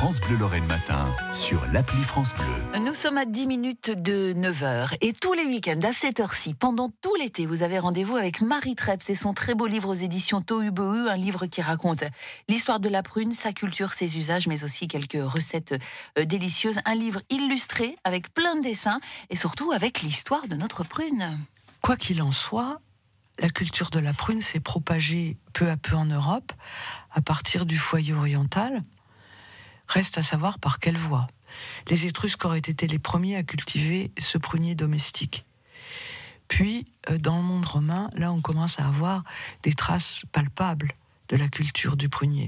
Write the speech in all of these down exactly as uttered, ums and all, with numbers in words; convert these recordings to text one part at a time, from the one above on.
France Bleu Lorraine matin sur l'appli France Bleu. Nous sommes à dix minutes de neuf heures et tous les week-ends à cette heure-ci, pendant tout l'été, vous avez rendez-vous avec Marie Treps et son très beau livre aux éditions Tohu Bohu, un livre qui raconte l'histoire de la prune, sa culture, ses usages, mais aussi quelques recettes euh, délicieuses. Un livre illustré avec plein de dessins et surtout avec l'histoire de notre prune. Quoi qu'il en soit, la culture de la prune s'est propagée peu à peu en Europe, à partir du foyer oriental. Reste à savoir par quelle voie. Les Étrusques auraient été les premiers à cultiver ce prunier domestique. Puis, dans le monde romain, là, on commence à avoir des traces palpables de la culture du prunier.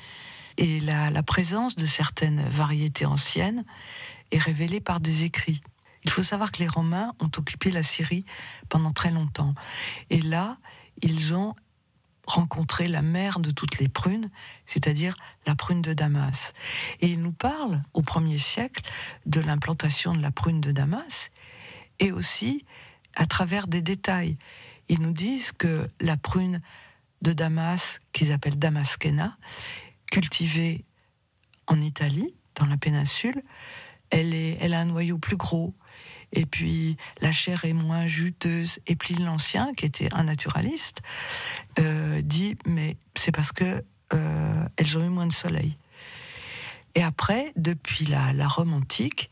Et la, la présence de certaines variétés anciennes est révélée par des écrits. Il faut savoir que les Romains ont occupé la Syrie pendant très longtemps. Et là, ils ont rencontré la mère de toutes les prunes, c'est-à-dire la prune de Damas. Et ils nous parlent, au premier siècle, de l'implantation de la prune de Damas, et aussi à travers des détails. Ils nous disent que la prune de Damas, qu'ils appellent Damaskena, cultivée en Italie, dans la péninsule, elle, est, elle a un noyau plus gros, et puis la chair est moins juteuse. Et Pline l'Ancien, qui était un naturaliste, euh, dit mais c'est parce que euh, elles ont eu moins de soleil. Et après, depuis la, la Rome antique,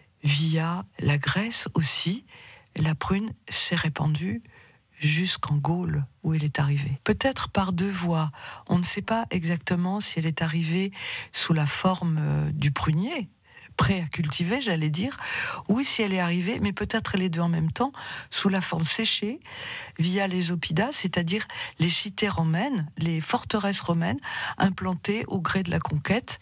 via la Grèce aussi, la prune s'est répandue jusqu'en Gaule, où elle est arrivée. Peut-être par deux voies. On ne sait pas exactement si elle est arrivée sous la forme euh, du prunier, prêt à cultiver, j'allais dire, ou si elle est arrivée, mais peut-être les deux en même temps, sous la forme séchée, via les oppida, c'est-à-dire les cités romaines, les forteresses romaines, implantées au gré de la conquête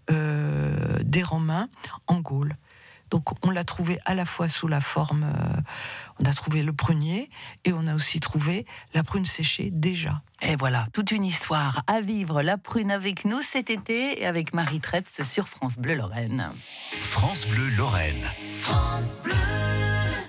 euh, des Romains en Gaule. Donc on l'a trouvé à la fois sous la forme, euh, on a trouvé le prunier, et on a aussi trouvé la prune séchée déjà. Et voilà, toute une histoire à vivre, la prune avec nous cet été, et avec Marie Treps sur France Bleu Lorraine. France Bleu Lorraine. France Bleu.